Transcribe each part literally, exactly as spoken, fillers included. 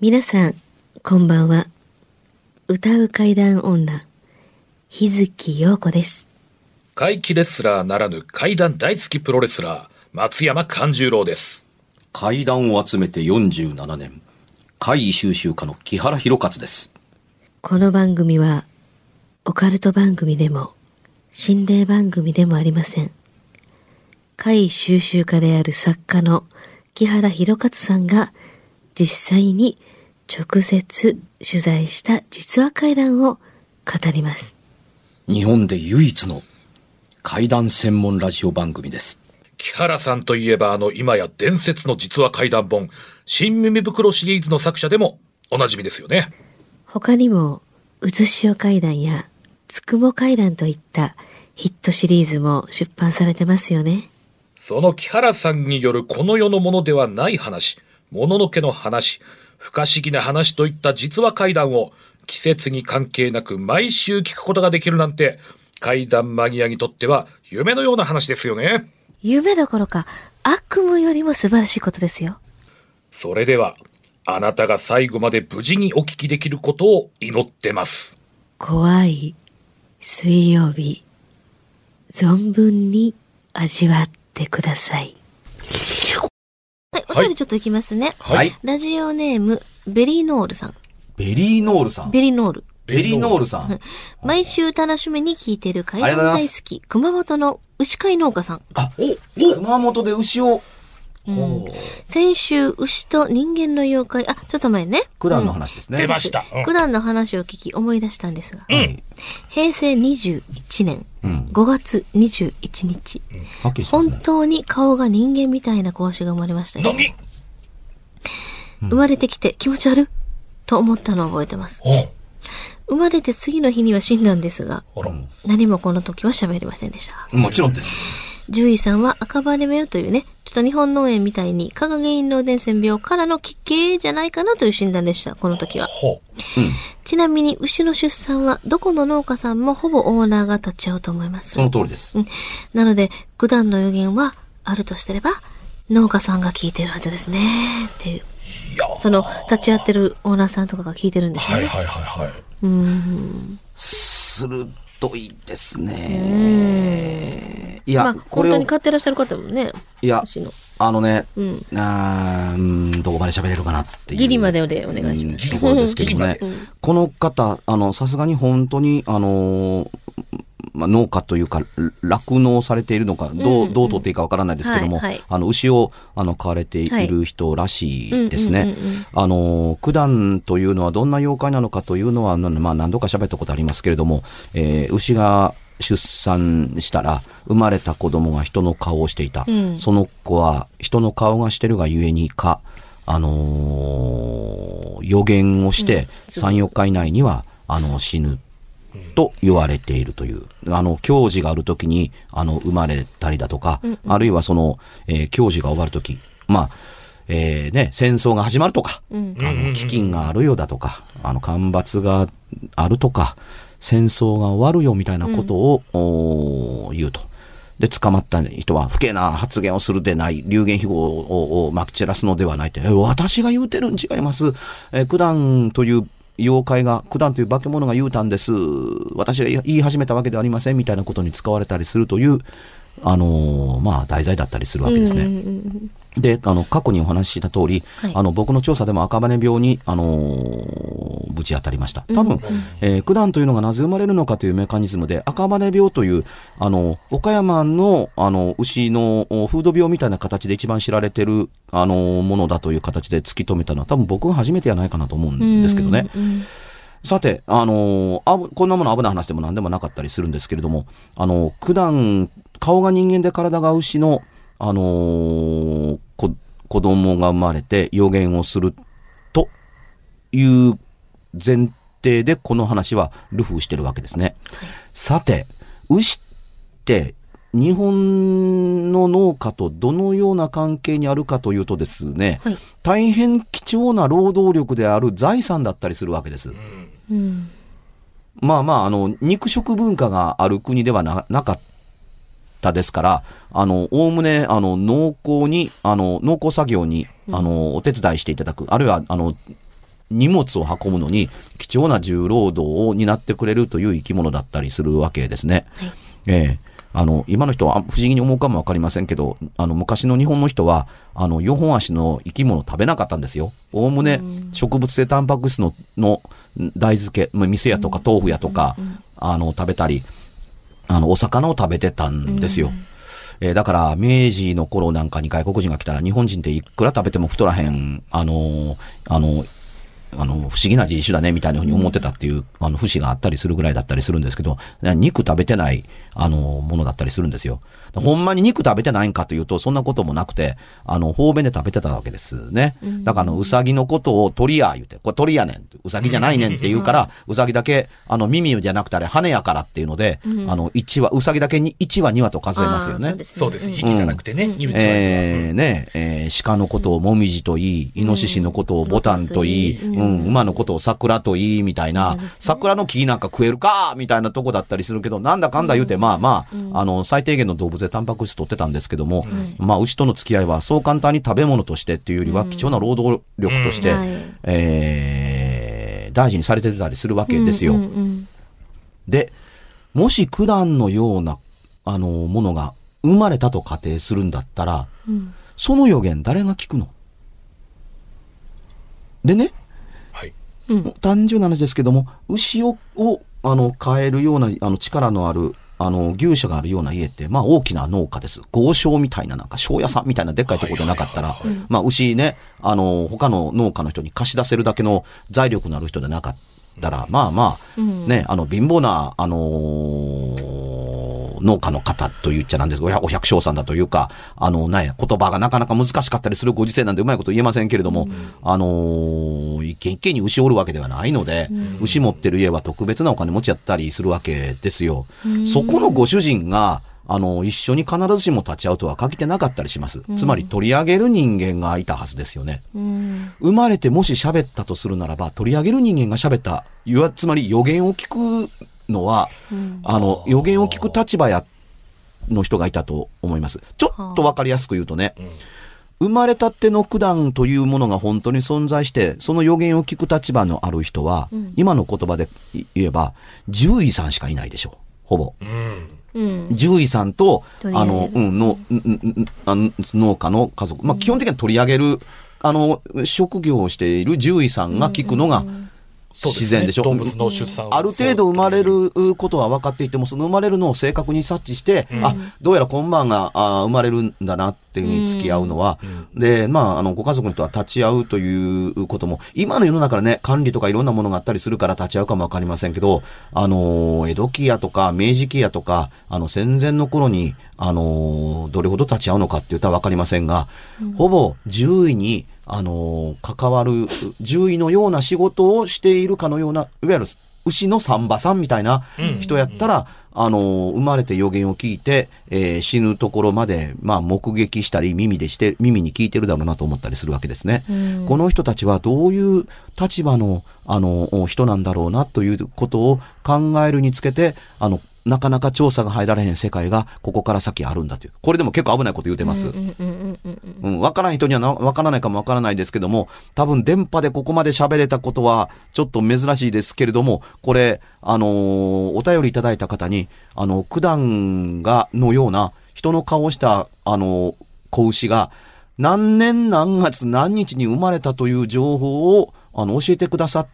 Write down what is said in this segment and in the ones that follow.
皆さんこんばんは。歌う怪談女日月陽子です。 怪奇レスラーならぬ怪談大好きプロレスラー松山勘十郎です。 怪談を集めてよんじゅうななねん、怪異収集家の木原博勝です。 この番組はオカルト番組でも心霊番組でもありません。怪異収集家である作家の木原博勝さんが実際に直接取材した実話怪談を語ります。 日本で唯一の怪談専門ラジオ番組です。 木原さんといえばあの今や伝説の実話怪談本新耳袋シリーズの作者でもおなじみですよね。 他にもうずしお怪談やつくも怪談といったヒットシリーズも出版されてますよね。 その木原さんによるこの世のものではない話、もののけの話、不可思議な話といった実話怪談を季節に関係なく毎週聞くことができるなんて怪談マニアにとっては夢のような話ですよね。 夢どころか悪夢よりも素晴らしいことですよ。 それではあなたが最後まで無事にお聞きできることを祈ってます。 怖い水曜日、存分に味わってください。はい、お便りちょっといきますね。 はい。 ラジオネームベリーノールさん。 ベリーノールさん。 ベリーノール。 ベリーノールさん。 毎週楽しみに聞いている怪談大好き、熊本の牛飼い農家さん。 あ、お、熊本で牛を。 うん、先週牛と人間の妖怪、あ、ちょっと前ね。 九段の話ですね。 出ました。 九段の話を聞き思い出したんですが。 うん、 平成にじゅういちねんごがつにじゅういちにち、うん、本当に顔が人間みたいな子牛が生まれましたよ。 何？ 生まれてきて気持ち悪いと思ったのを覚えてます。生まれて次の日には死んだんですが、何もこの時は喋りませんでした。 もちろんです。 獣医さんは赤羽病というね、ちょっと日本脳炎みたいに蚊が原因の伝染病からの奇形じゃないかなという診断でした、この時は。うん、ちなみに牛の出産はどこの農家さんもほぼオーナーが立っちゃうと思います。 その通りです。 うん、なので、九段の予言はあるとしてれば、農家さんが聞いてるはずですね、っていう。 いやその、立ち会ってるオーナーさんとかが聞いてるんですね。 はいはいはいはい。 うーん。 鋭いですね。いや、 まあ、これ本当に飼ってらっしゃる方もね。 いや、あのね、うん、あーどこまで喋れるかなっていう。 ギリまででお願いします。 ところですけどね。うん、この方、あの、さすがに本当に、あのー、まあ、農家というか酪農されているのかどう、どう取っていいかわからないですけども、はいはい、あの牛をあの飼われている人らしいですね。あの九段というのはどんな妖怪なのかというのは、まあ、何度か喋ったことありますけれども、えー、牛が出産したら生まれた子供が人の顔をしていた、うん、その子は人の顔がしてるがゆえにか、あのー、予言をして、うん、さん、よっか以内にはあの死ぬと言われているという、あの教示があるときにあの生まれたりだとか、うんうん、あるいはその、えー、教示が終わるとき、まあえーね、戦争が始まるとか、うん、あの飢饉があるよだとか、あの干ばつがあるとか、戦争が終わるよみたいなことを、うん、言うと。で、捕まった人は不敬な発言をするでない、流言飛語をまき散らすのではないって、え私が言うてるん違います。えー、九段という妖怪が、九段という化け物が言うたんです。私が言い始めたわけではありませんみたいなことに使われたりするという、あのー、まあ、題材だったりするわけですね。うんうんうん、で、あの、過去にお話しした通り、はい、あの、僕の調査でも赤羽病に、あのー、ぶち当たりました。多分、うんうん、えー、九段というのがなぜ生まれるのかというメカニズムで、赤羽病という、あの、岡山の、あの、牛の風土病みたいな形で一番知られてる、あの、ものだという形で突き止めたのは、多分僕が初めてやないかなと思うんですけどね。うんうんうん、さて、あのー、あこんなもの危ない話でも何でもなかったりするんですけれども、あの、九段、顔が人間で体が牛の、あのー、こ子供が生まれて予言をするという前提でこの話はルフしてるわけですね。はい、さて、牛って日本の農家とどのような関係にあるかというとですね、はい、大変貴重な労働力である財産だったりするわけです。うん、まあまあ、あの、肉食文化がある国では な, なかったですから、あの、おおむね、あの、農耕に、あの、農耕作業に、あの、お手伝いしていただく、あるいは、あの、 荷物を運ぶのに貴重な重労働を担ってくれるという生き物だったりするわけですね。はい、えーあの、今の人は不思議に思うかもわかりませんけど、あの、昔の日本の人は、あの、よんほん足の生き物を食べなかったんですよ。おおむね、植物性タンパク質の、の大豆系、味噌やとか豆腐やとか、あの、食べたり、あの、お魚を食べてたんですよ。えー、だから、明治の頃なんかに外国人が来たら、日本人っていくら食べても太らへん、あの、あの、あの、不思議な人種だね、みたいなふうに思ってたっていう、あの、節があったりするぐらいだったりするんですけど、肉食べてない、あの、ものだったりするんですよ。ほんまに肉食べてないんかというと、そんなこともなくて、あの、方便で食べてたわけですね。だから、あの、うさぎのことを鳥や言うて、これ鳥やねん。うさぎじゃないねんって言うから、うさぎだけ、あの、耳じゃなくてあれ、羽やからっていうので、あの、いちわ、うさぎだけにいちわにわと数えますよね。 そうです。引きじゃなくてね。 えー、ね、えー、鹿のことをもみじと言い、イノシシのことをボタンと言い、うん、馬のことを桜と言い、みたいな、桜の木なんか食えるかみたいなとこだったりするけど、なんだかんだ言うて、まあまあ、あの、最低限の動物でタンパク質取ってたんですけども、まあ、牛との付き合いはそう簡単に食べ物としてっていうよりは、貴重な労働力として、えー、大事にされてたりするわけですよ。で、もし九段のような、あの、ものが生まれたと仮定するんだったら、その予言誰が聞くの？でね、 はい、 単純な話ですけども、牛を、をあの、飼えるような、あの、力のある、あの、牛舎があるような家って、まあ大きな農家です。豪商みたいな、なんか、庄屋さんみたいなでっかいところでなかったら、まあ牛ね、あの、他の農家の人に貸し出せるだけの財力のある人でなかったら、うん、まあまあ、ね、あの、貧乏な、あのー、農家の方と言っちゃなんですが、お百姓さんだというか、あのね、言葉がなかなか難しかったりするご時世なんでうまいこと言えませんけれども、うん、あのー、一軒一軒に牛おるわけではないので、うん、牛持ってる家は特別なお金持ちやったりするわけですよ。うん、そこのご主人が、あの、一緒に必ずしも立ち会うとは限ってなかったりします。うん、つまり取り上げる人間がいたはずですよね。うん、生まれてもし喋ったとするならば、取り上げる人間が喋った、つまり予言を聞くのは、うん、あの、予言を聞く立場や、の人がいたと思います。ちょっとわかりやすく言うとね、うん、生まれたての九段というものが本当に存在して、その予言を聞く立場のある人は、うん、今の言葉で言えば、獣医さんしかいないでしょう。ほぼ。うん、獣医さんと、あの、うん、の、うん、あの農家の家族。まあ、基本的には取り上げる、あの、職業をしている獣医さんが聞くのが、うんうんうん自然でしょ。 動物の出産をある程度生まれることは分かっていても、その生まれるのを正確に察知して、うん、あ、どうやら今晩があ生まれるんだなっていうふうに付き合うのは、うん、で、まあ、あの、ご家族の人は立ち会うということも、今の世の中でね、管理とかいろんなものがあったりするから立ち会うかも分かりませんけど、あの、江戸期やとか、明治期やとか、あの、戦前の頃に、あの、どれほど立ち会うのかって言ったら分かりませんが、うん、ほぼ獣医に、あの、関わる、獣医のような仕事をしているかのような、いわゆる牛の産婆さんみたいな人やったら、うんうんうん、あの、生まれて予言を聞いて、えー、死ぬところまで、まあ、目撃したり、耳でして、耳に聞いてるだろうなと思ったりするわけですね。うん、この人たちはどういう立場の、あの、人なんだろうなということを考えるにつけて、あの、なかなか調査が入られへん世界がここから先あるんだという。これでも結構危ないこと言うてます。うん。わからない人にはわからないかもわからないですけども、多分電波でここまで喋れたことはちょっと珍しいですけれども、これ、あのー、お便りいただいた方に、あの、九段が、のような人の顔をした、あのー、子牛が、何年何月何日に生まれたという情報を、あの、教えてくださった、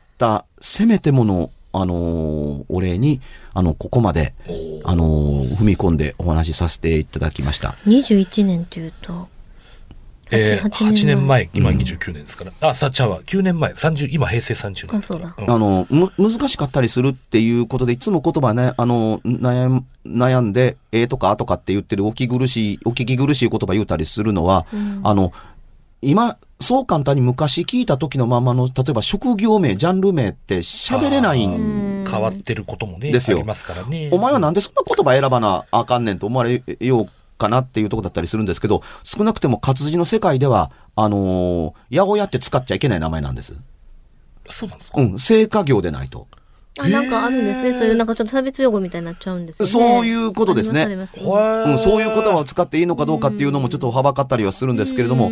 せめてもの、あのー、お礼に、あの、ここまで、あのー、踏み込んでお話しさせていただきました。 にじゅういちねんというと、 えー、はちねんまえ、今にじゅうきゅうねんですから。うん、あ、さっちゃんはきゅうねんまえ、さんじゅう、今平成さんじゅうねん。 あ、そうだ。 うん、あの、む、難しかったりするっていうことで、いつも言葉ね、あの、悩ん、悩んで、えーとかあとかって言ってるお聞き苦しい、お聞き苦しい言葉言うたりするのは、うん、あの、今、そう簡単に昔聞いた時のままの、例えば職業名、ジャンル名って喋れないん変わってることもね、 ですよ。 ありますからね。 お前はなんでそんな言葉選ばなあかんねんと思われようかなっていうところだったりするんですけど、少なくても活字の世界では、あのー、八百屋って使っちゃいけない名前なんです。 そうなんですか？ うん、成果業でないと。 あ、なんかあるんですね。そういうなんかちょっと差別用語みたいになっちゃうんですよね。 そういうことですね。 ありますあります。 うん、そういう言葉を使っていいのかどうかっていうのもちょっとはばかったりはするんですけれども、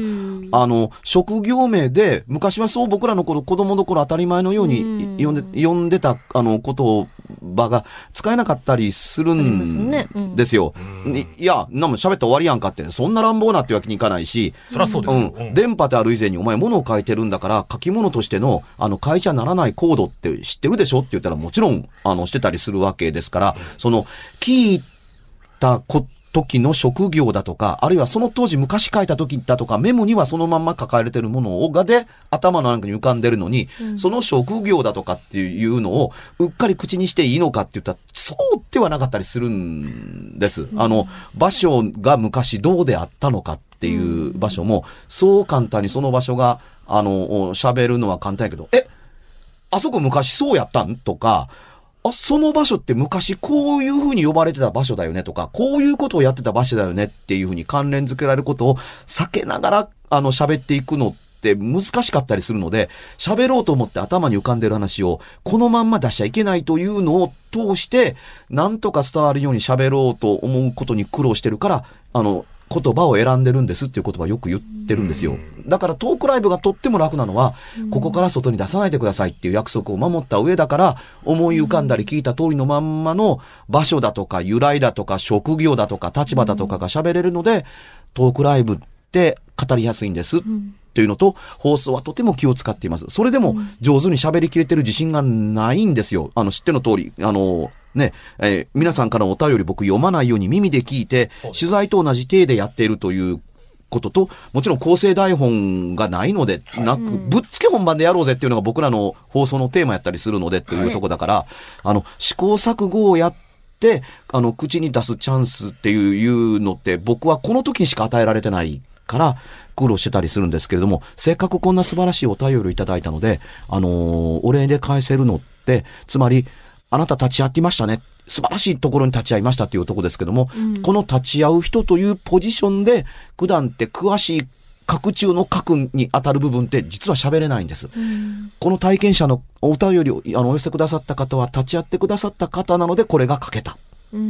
あの、職業名で、昔はそう僕らの頃、子供の頃当たり前のように呼んで、呼んでた、あの、言葉が使えなかったりするんですよ。うん、いや、なんも喋ったら終わりやんかって、そんな乱暴なってわけにいかないし、 そりゃそうですよ。 うん。電波である以前に、お前物を書いてるんだから、書き物としての、あの、会社ならないコードって知ってるでしょって言ったら、もちろん、あの、してたりするわけですから、その、聞いたこと、時の職業だとか、あるいはその当時昔書いた時だとか、メモにはそのまんま書かれてるものをがで頭の中に浮かんでるのに、うん、その職業だとかっていうのをうっかり口にしていいのかって言ったら、そうではなかったりするんです。うん、あの、場所が昔どうであったのかっていう場所も、そう簡単にその場所が、あの、喋るのは簡単やけど、え、あそこ昔そうやったんとか、あ、その場所って昔こういう風に呼ばれてた場所だよねとか、こういうことをやってた場所だよねっていう風に関連付けられることを避けながら、あの、喋っていくのって難しかったりするので、喋ろうと思って頭に浮かんでる話をこのまんま出しちゃいけないというのを通して、なんとか伝わるように喋ろうと思うことに苦労してるから、あの、言葉を選んでるんですっていう言葉をよく言ってるんですよ。だからトークライブがとっても楽なのは、ここから外に出さないでくださいっていう約束を守った上だから、思い浮かんだり聞いた通りのまんまの場所だとか由来だとか職業だとか立場だとかが喋れるので、トークライブって語りやすいんです。というのと、放送はとても気を使っています。それでも上手に喋りきれてる自信がないんですよ。あの、知っての通り、あの、ね、えー、皆さんからのお便り僕読まないように耳で聞いて、取材と同じ体でやっているということと、もちろん構成台本がないので、なく、ぶっつけ本番でやろうぜっていうのが僕らの放送のテーマやったりするのでっていうとこだから、あの、試行錯誤をやって、あの、口に出すチャンスっていうのって僕はこの時にしか与えられてないから苦労してたりするんですけれども、せっかくこんな素晴らしいお便りをいただいたので、あのー、お礼で返せるのって、つまり、あなた立ち会ってましたね。素晴らしいところに立ち会いましたっていうところですけども、うん、この立ち会う人というポジションで、九段って詳しい核中の核に当たる部分って実は喋れないんです。うん、この体験者のお便りをあのお寄せくださった方は立ち会ってくださった方なのでこれが書けた。うん、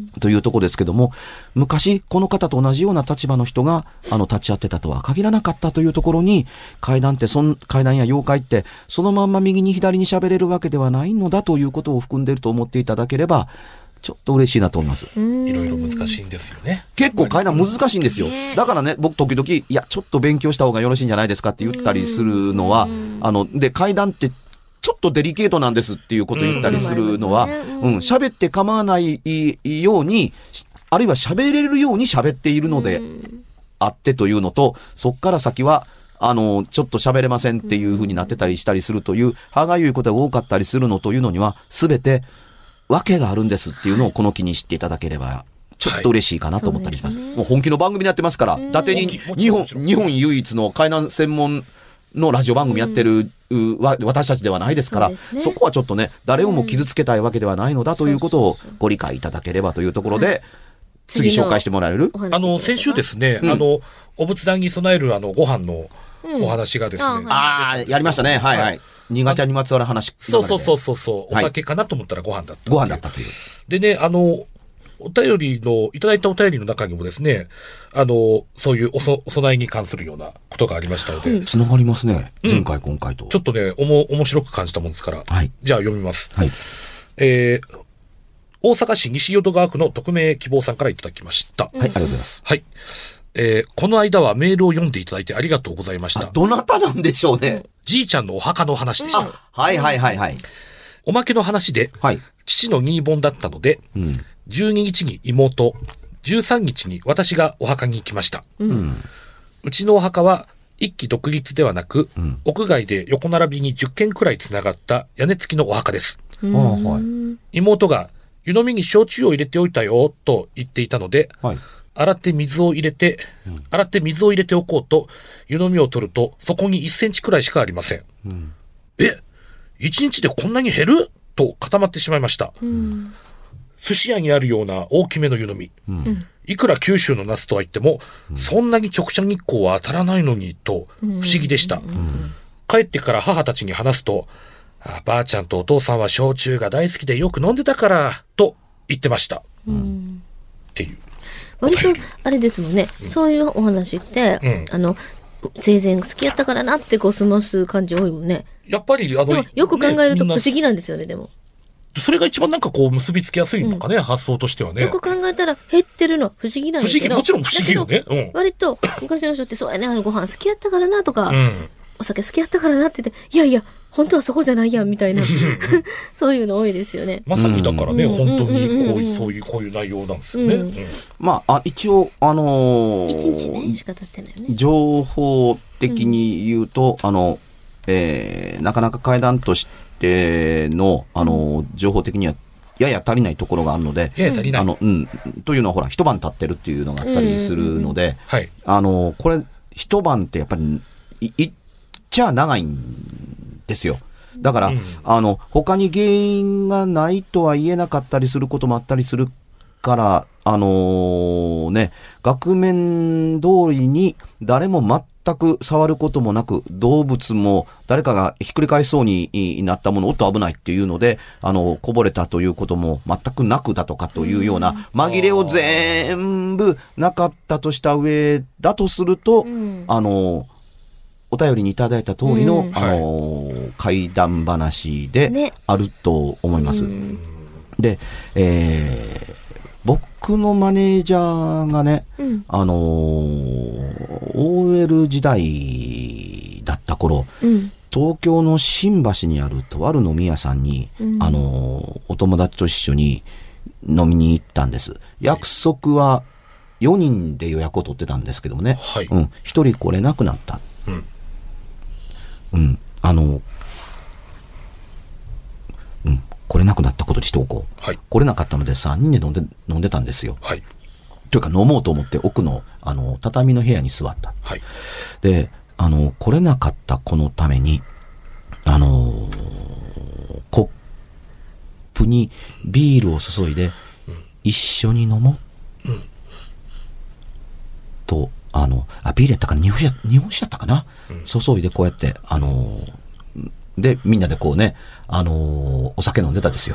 というところですけども、昔この方と同じような立場の人があの立ち会ってたとは限らなかったというところに、怪談ってそん怪談や妖怪ってそのまんま右に左に喋れるわけではないのだということを含んでいると思っていただければちょっと嬉しいなと思います。 いろいろ難しいんですよね。 結構怪談難しいんですよ。だからね、僕時々いやちょっと勉強した方がよろしいんじゃないですかって言ったりするのは、あので怪談ってちょっとデリケートなんですっていうことを言ったりするのは、うん、喋って構わないように、あるいは喋れるように喋っているのであってというのと、そっから先は、あの、ちょっと喋れませんっていう風になってたりしたりするという、歯がゆいことが多かったりするのというのには、すべて訳があるんですっていうのをこの機に知っていただければ、ちょっと嬉しいかなと思ったりします。はい、もう本気の番組でやってますから、伊達に日本、日本唯一の怪談専門のラジオ番組やってる、うん、私たちではないですから、 そ, ね、そこはちょっとね誰をも傷つけたいわけではないのだということをご理解いただければというところで、はい、次紹介してもらえる？ あの先週ですね、うん、あのお仏壇に備えるあのご飯のお話がですね、 うん、ああやりましたね、はいはい、新潟にまつわる話。 そうそうそうそうそう、お酒かなと思ったらご飯だった、 ご飯だったという。 でね、あのお便りの、いただいたお便りの中にもですね、あの、そういうおそ、お供えに関するようなことがありましたので。 つながりますね。前回、うん、今回と。 ちょっとね、おも、面白く感じたもんですから。はい。じゃあ読みます。 はい。 えー、大阪市西淀川区の匿名希望さんからいただきました。 はい、ありがとうございます。 はい。えー、この間はメールを読んでいただいてありがとうございました。 どなたなんでしょうね。 じいちゃんのお墓の話でした。 あ、はいはいはいはい。 おまけの話で、はい、父の新盆だったので、うん、じゅうににちに妹、じゅうさんにちに私がお墓に行きました。うん、うちのお墓は一基独立ではなく、うん、屋外で横並びにじゅっけんくらいつながった屋根付きのお墓です。うん、妹が湯飲みに焼酎を入れておいたよと言っていたので、はい、洗って水を入れて、うん、洗って水を入れておこうと湯飲みを取るとそこにいっセンチくらいしかありません。うん、え一日でこんなに減ると固まってしまいました。うん、寿司屋にあるような大きめの湯飲み、うん、いくら九州の夏とは言っても、うん、そんなに直射日光は当たらないのにと不思議でした。うん、帰ってから母たちに話すと、あばあちゃんとお父さんは焼酎が大好きでよく飲んでたからと言ってました。うん、っていう。 割とあれですもんね、うん、そういうお話って、うん、あの生前好きやったからなってこう済ます感じ多いもんね。 やっぱり、あの、 でもよく考えると不ね、 思議なんですよね、でも。 それが一番なんかこう結びつきやすいのかね、うん、発想としてはね。 よく考えたら減ってるの不思議なんだけど。 不思議、もちろん不思議よね。うん、 割と昔の人ってそうやね、あのご飯好きやったからなとか、 うん、 お酒好きやったからなって言って、いやいや、本当はそこじゃないやんみたいな、そういうの多いですよね。 まさにだからね、うん、本当にこういう、そういう、こういう内容なんですよね。うんうん、 まあ、あ、一応、あのー、一日ね、しか経ってないよね。 情報的に言うと、うん、あの、えー、なかなか会談としての、あの、情報的には、やや足りないところがあるので、 やや足りない。 あの、うん。というのは、ほら、一晩経ってるっていうのがあったりするので、 はい。 あの、これ、一晩ってやっぱり、い、いっちゃ長いんですよ。だから、うん、あの、他に原因がないとは言えなかったりすることもあったりするから、あのー、ね、額面通りに誰も全く触ることもなく、動物も誰かがひっくり返しそうになったもの、おっと危ないっていうので、あの、こぼれたということも全くなくだとかというような、紛れを全部なかったとした上だとすると、うん、あの、お便りにいただいた通りの、うん、あの、はい、怪談話であると思います。ね、うん、で、えー、僕のマネージャーがね、うん、あのー、オーエル 時代だった頃、うん、東京の新橋にあるとある飲み屋さんに、うん、あのー、お友達と一緒に飲みに行ったんです。約束はよにんで予約を取ってたんですけどもね、はい、うん、ひとり来れなくなった。うん、うん、あの、うん。来れなくなったことにしておこう。はい、来れなかったのでさんにんで飲んで、飲んでたんですよ。はい、というか飲もうと思って奥の、あの、畳の部屋に座った。はい、で、あの、来れなかった子のために、あのー、コップにビールを注いで、うん、一緒に飲もう。うん、と、あの、あ、ビールやったかな日本酒や、日本酒やったかな、うん、注いでこうやって、あのー、で、みんなでこうね、あのー、お酒飲んでたんですよ。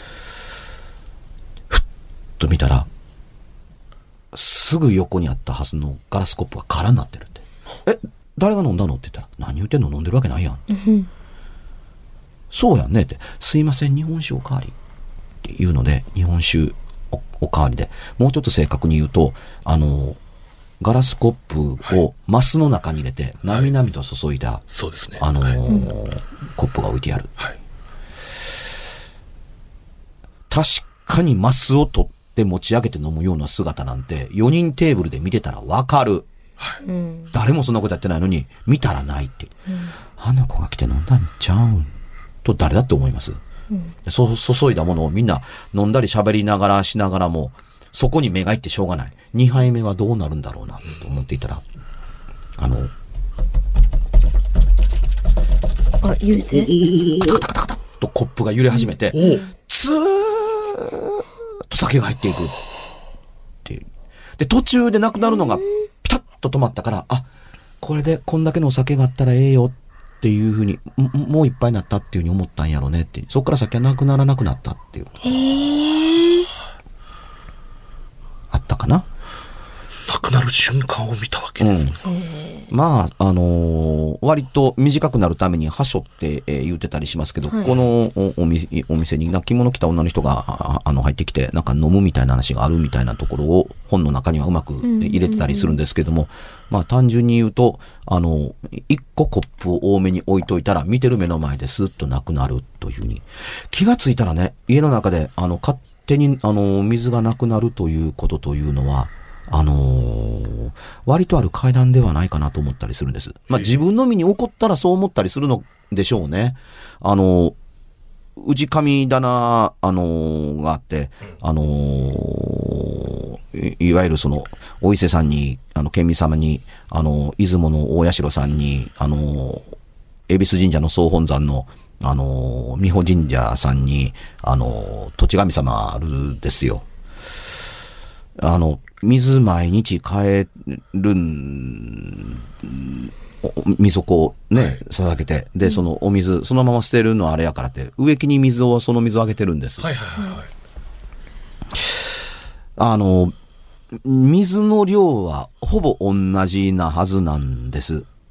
ふっと見たら、すぐ横にあったはずのガラスコップが空になってるって。え、誰が飲んだのって言ったら、何言ってんの飲んでるわけないやん。そうやんねって。すいません、日本酒おかわり。っていうので、日本酒 お, おかわりで。もうちょっと正確に言うと、あのー、ガラスコップをマスの中に入れて、なみなみと注いだ、はい、そうですね。あのーはい、コップが置いてある。はい、確かにマスを取って持ち上げて飲むような姿なんて、よにんテーブルで見てたらわかる。はい、誰もそんなことやってないのに、見たらないって。うん、あの子が来て飲んだんちゃうんと誰だって思います。うん、そ注いだものをみんな飲んだり喋りながらしながらも、そこに目がいってしょうがない。にはいめはどうなるんだろうなと思っていたら、あの、 あ、揺れてカタカタカタカタとコップが揺れ始めて、ツーッと酒が入っていくっていう。で、途中でなくなるのがピタッと止まったから、あ、これでこんだけのお酒があったらええよっていうふうに、もういっぱいになったっていうふうに思ったんやろうねって。そこから酒はなくならなくなったっていう。へー。あったかな。 なくなる瞬間を見たわけですね。 うん、まあ、あのー、割と短くなるためにはしょって、えー、言ってたりしますけど、はい、この お, お, 店お店に着物着た女の人があの入ってきて、なんか飲むみたいな話があるみたいなところを本の中にはうまく入れてたりするんですけども、うんうんうん、まあ単純に言うと、あの、一個コップを多めに置いといたら見てる目の前でスッとなくなるというふうに。気がついたらね、家の中であの勝手にあの水がなくなるということというのは、あのー、割とある階段ではないかなと思ったりするんです。まあ自分の身に起こったらそう思ったりするのでしょうね。あのー、氏神棚、あのー、があって、あのー、い, いわゆるその、お伊勢さんに、あの、県民様に、あのー、出雲の大社さんに、あのー、恵比寿神社の総本山の、あのー、美保神社さんに、あのー、土地神様あるですよ。あの、水毎日変えるん、水をこうね、捧げて、で、そのお水、そのまま捨てるのはあれやからって、植木に水を、その水をあげてるんです。はいはいはい。あの、水の量はほぼ同じなはずなんです。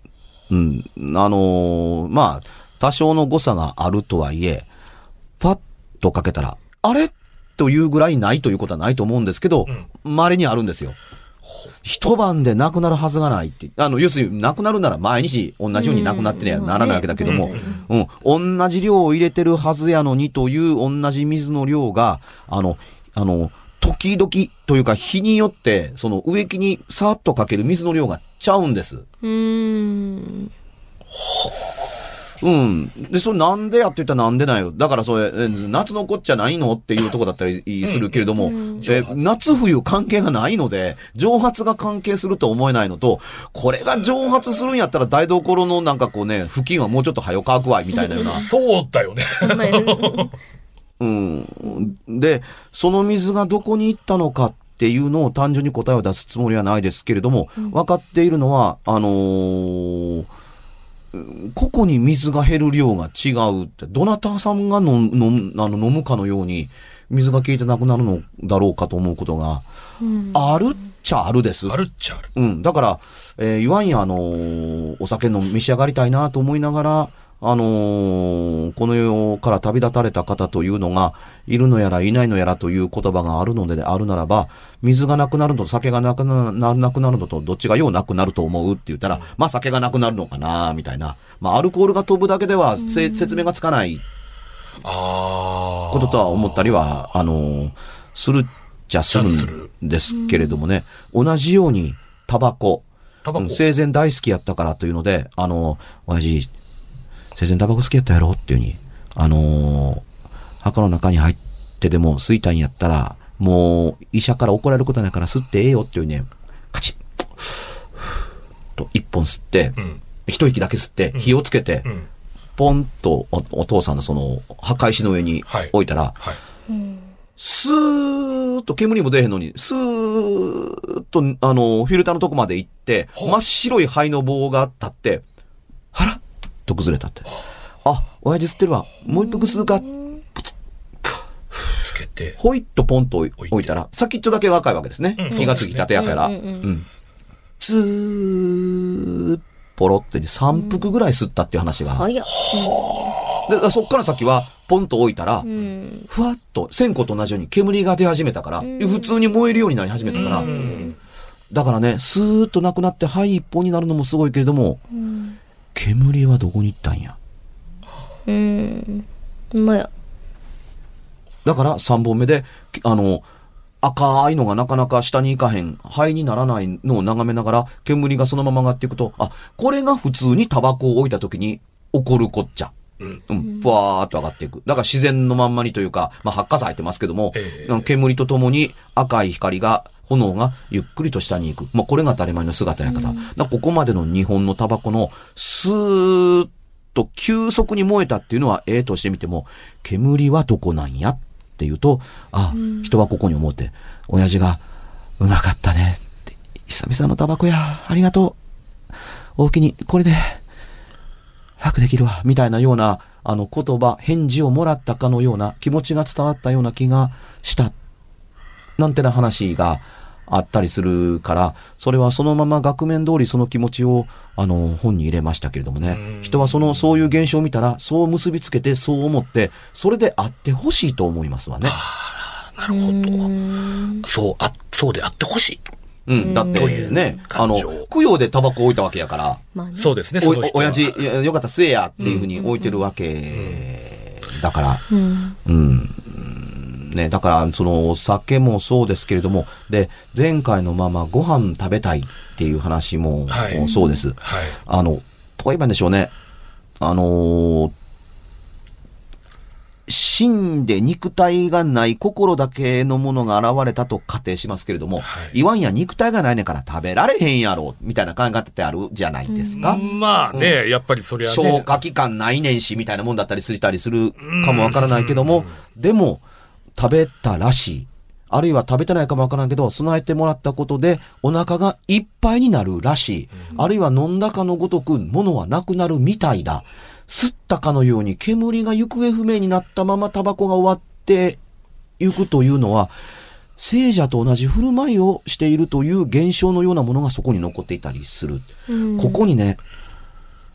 うん。あのー、まあ、多少の誤差があるとはいえ、パッとかけたら、あれというぐらいないということはないと思うんですけど、うん、稀にあるんですよ。一晩で亡くなるはずがないって。あの、要するに亡くなるなら毎日同じように亡くなってね、ならないわけだけども、うん、うん、同じ量を入れてるはずやのにという同じ水の量が、あの、あの、時々というか日によって、その植木にさーっとかける水の量がちゃうんです。 うーん。 うん。で、それなんでやって言ったらなんでないよ。だからそれ、夏のこっちゃないのっていうとこだったりするけれども、うん、え夏冬関係がないので、蒸発が関係すると思えないのと、これが蒸発するんやったら台所のなんかこうね、付近はもうちょっと早乾くわいみたいなような。 そうだよね。 うん。で、その水がどこに行ったのかっていうのを単純に答えを出すつもりはないですけれども、うん、分かっているのは、あのー、個々に水が減る量が違うって、どなたさんが飲む、あの飲むかのように水が効いてなくなるのだろうかと思うことが、あるっちゃあるです。 あるっちゃある。 うん。だから、えー、いわんやあのー、お酒の召し上がりたいなと思いながら、あのー、この世から旅立たれた方というのがいるのやらいないのやらという言葉があるのであるならば、水がなくなるのと酒がなくなる、なくなるのとどっちがようなくなると思うって言ったら、うん、まあ酒がなくなるのかなみたいな。まあアルコールが飛ぶだけではせ、うん、説明がつかないこととは思ったりは、あのー、するっちゃするんですけれどもね、うん、同じようにタバコ、タバコ、うん、生前大好きやったからというので、あのー、親父、生前タバコ好きやったやろっていうに、あのー、墓の中に入ってでも吸いたいんやったら、もう医者から怒られることないから吸ってええよっていうね、カチッと一本吸って、うん、一息だけ吸って火をつけて、うん、ポンと お, お父さんのその墓石の上に置いたら、はいはい、スーッと煙も出へんのに、スーッとあのフィルターのとこまで行って、真っ白い灰の棒が立って、はらっと崩れたって。あ、親父吸ってるわ。もう一服吸うか。 つけて。 ほいっとポンと置いたら、先っちょだけ若いわけですね。うん、気がつきたてやから。うん。つー、ポロってさん服ぐらい吸ったっていう話が。早っ。で、そっから先は、ポンと置いたら、うん、ふわっと、線香と同じように煙が出始めたから、うん、普通に燃えるようになり始めたから、うん、だからね、スーッとなくなって灰一本になるのもすごいけれども、うん、煙はどこに行ったんや。 うーん。まや。 だからさんぼんめで、あの、赤いのがなかなか下に行かへん、灰にならないのを眺めながら、煙がそのまま上がっていくと、あ、これが普通にタバコを置いた時に起こるこっちゃ。うん。うん。ふわーっと上がっていく。だから自然のまんまにというか、まあ、発火剤入ってますけども、えー、煙とともに赤い光が、炎がゆっくりと下に行く。まあ、これが当たり前の姿やから。うん、だからここまでの日本のタバコのスーッと急速に燃えたっていうのはええとしてみても、煙はどこなんやっていうと、あ、うん、人はここに思って、親父がうまかったねって、久々のタバコや、ありがとう。大きに、これで楽できるわ。みたいなような、あの言葉、返事をもらったかのような気持ちが伝わったような気がした。なんてな話があったりするから、それはそのまま額面通りその気持ちをあの本に入れましたけれどもね。人はそのそういう現象を見たらそう結びつけてそう思ってそれであってほしいと思いますわね。 ああ、なるほど。そうあそうであってほしい。 うん、だってね、あの供養でタバコ置いたわけやから。 まあね、そうですね。 お親父よかった吸えやっていうふうに置いてるわけだから。うん。うんね、だから、その、お酒もそうですけれども、で、前回のままご飯食べたいっていう話も、はい、そうです。はい、あの、どう言えばいいんでしょうね。あのー、死んで肉体がない心だけのものが現れたと仮定しますけれども、はい、いわんや肉体がないねんから食べられへんやろ、みたいな考え方ってあるじゃないですか。 うん、まあね、うん、やっぱりそれはね。 消化器官ないねんし、みたいなもんだったりするするかもわからないけども、でも、食べたらしい。あるいは食べてないかもわからんけど、備えてもらったことでお腹がいっぱいになるらしい。うん、あるいは飲んだかのごとく物はなくなるみたいだ。吸ったかのように煙が行方不明になったままタバコが終わっていくというのは、聖者と同じ振る舞いをしているという現象のようなものがそこに残っていたりする。うん、ここにね、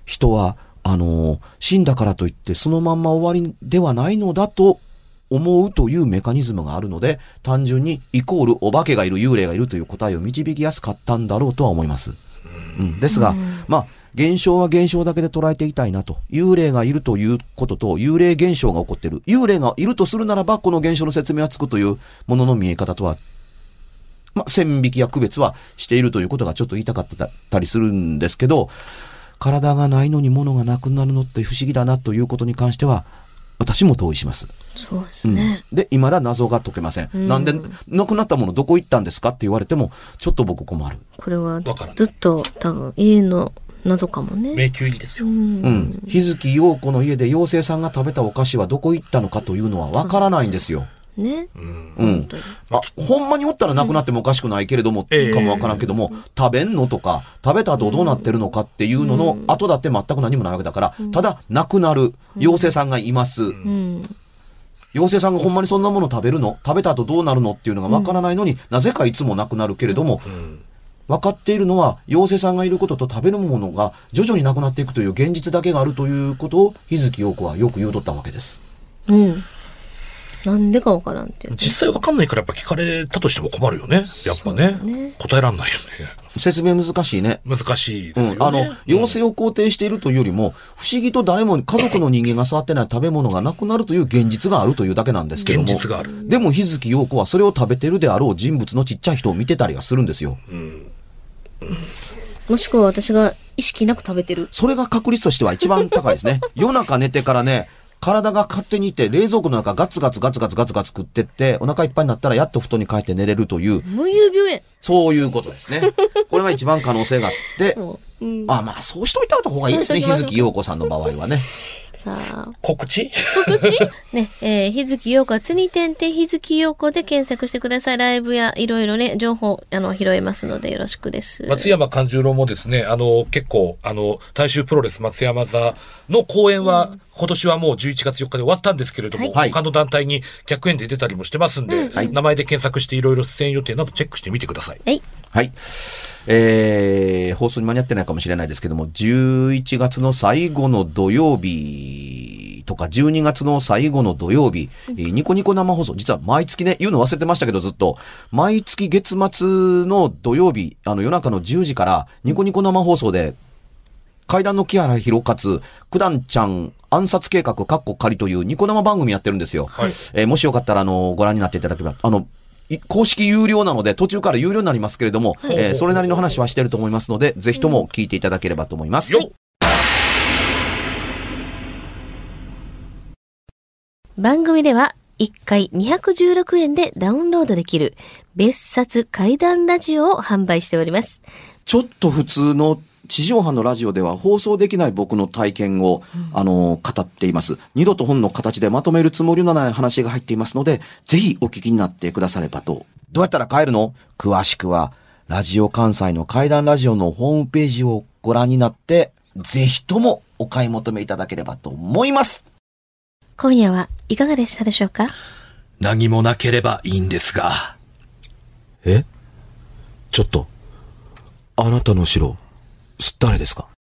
人は、あの、死んだからといってそのまんま終わりではないのだと思うというメカニズムがあるので、単純にイコールお化けがいる、幽霊がいるという答えを導きやすかったんだろうとは思います。うん、ですが、まあ、現象は現象だけで捉えていたいなと。幽霊がいるということと、幽霊現象が起こっている。幽霊がいるとするならば、この現象の説明はつくというものの見え方とは、まあ、線引きや区別はしているということがちょっと言いたかったりするんですけど、体がないのに物がなくなるのって不思議だなということに関しては、私も同意します。 そうですね。 うん、で、未だ謎が解けません。うん、なんで、なくなったものどこ行ったんですかって言われても、ちょっと僕困る。 これは、ずっと多分、家の謎かもね。 迷宮入りですよ。 うん。日月陽子の家で妖精さんが食べたお菓子はどこ行ったのかというのはわからないんですよ。 ね。 うん。うん。あ、ほんまにおったらなくなってもおかしくないけれども、うん、かもわからんけども、えー、食べんのとか、食べた後どうなってるのかっていうのの後だって全く何もないわけだから、うん、ただ、なくなる。妖精さんがいます。うん。妖精さんがほんまにそんなもの食べるの？食べた後どうなるのっていうのがわからないのに、うん、なぜかいつもなくなるけれども、うん、分かっているのは、妖精さんがいることと食べるものが徐々になくなっていくという現実だけがあるということを、日月陽子はよく言うとったわけです。 うん。なんでかわからんっていう、ね。 実際わかんないからやっぱ聞かれたとしても困るよね。やっぱね。ね、答えらんないよね。 説明難しいね。 難しいですよね。 うん、あの、妖精を肯定しているというよりも、不思議と誰も家族の人間が触ってない食べ物がなくなるという現実があるというだけなんですけども。 現実がある。 でも日月陽子はそれを食べてるであろう人物のちっちゃい人を見てたりはするんですよ。うんうん、もしくは私が意識なく食べてる。 それが確率としては一番高いですね。夜中寝てからね、体が勝手にいて、冷蔵庫の中ガツガツガツガツガツガツ食ってって、お腹いっぱいになったらやっと布団に帰って寝れるという。 無遊病や。 そういうことですね。これが一番可能性があって、うん、まあまあ、そうしといた方がいいですね。日月陽子さんの場合はね。 さあ。 告知告知ね、えー、日月陽子はつに点々日月陽子で検索してください。ライブやいろいろね、情報、あの、拾えますのでよろしくです。 松山勘十郎もですね、あの、結構、あの、大衆プロレス松山座の公演は、うん、今年はもうじゅういちがつよっかで終わったんですけれども、はい、他の団体に客演で出たりもしてますんで、はい、名前で検索していろいろ出演予定などチェックしてみてください。 はい。 はい。えー、放送に間に合ってないかもしれないですけども、じゅういちがつの最後の土曜日とか、じゅうにがつの最後の土曜日、うん、ニコニコ生放送、実は毎月ね、言うの忘れてましたけどずっと、毎月月末の土曜日、あの夜中のじゅうじから、ニコニコ生放送で、怪談の木原博勝、九段ちゃん暗殺計画カッコ仮というニコ生番組やってるんですよ。はい、えー、もしよかったら、あの、ご覧になっていただければ、あの、公式有料なので、途中から有料になりますけれども、はい、えー、それなりの話はしてると思いますので、ぜひとも聞いていただければと思います。うん、はい、 番組では、いっかいにひゃくじゅうろくえんでダウンロードできる、別冊怪談ラジオを販売しております。 ちょっと普通の地上波のラジオでは放送できない僕の体験を、うん、あの、語っています。二度と本の形でまとめるつもりのない話が入っていますので、ぜひお聞きになってくださればと。どうやったら帰るの？詳しくは、ラジオ関西の怪談ラジオのホームページをご覧になって、ぜひともお買い求めいただければと思います。 今夜はいかがでしたでしょうか？ 何もなければいいんですが。 え？ちょっと、あなたの城、誰ですか？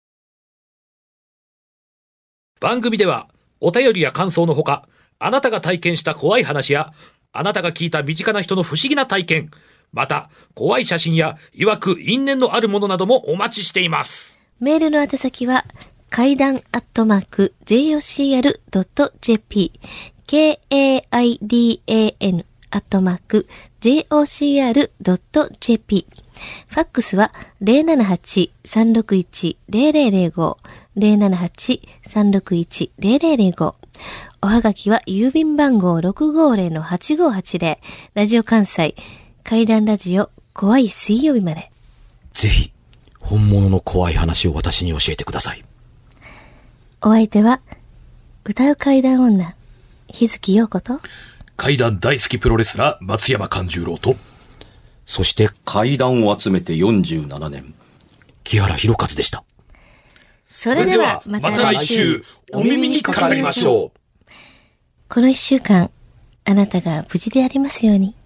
番組ではお便りや感想のほか、あなたが体験した怖い話やあなたが聞いた身近な人の不思議な体験、また怖い写真や曰く因縁のあるものなどもお待ちしています。 メールの宛先は怪談アットマーク ジェイオーシーアールドットジェーピー ケーエーアイディーエーエヌ アットマーク ジェイオーシーアールドットジェーピー。ファックスは ゼロななはち さんろくいち ゼロゼロゼロご ゼロななはち さんろくいち ゼロゼロゼロご。おはがきは郵便番号 ろくごーぜろのはちごーはちぜろ ラジオ関西怪談ラジオ怖い水曜日まで。 ぜひ本物の怖い話を私に教えてください。 お相手は歌う怪談女日月陽子と怪談大好きプロレスラー松山勘十郎と、 そして怪談を集めてよんじゅうななねん、木原博勝でした。 それではまた来週お耳にかかりましょう。 この一週間、あなたが無事でありますように。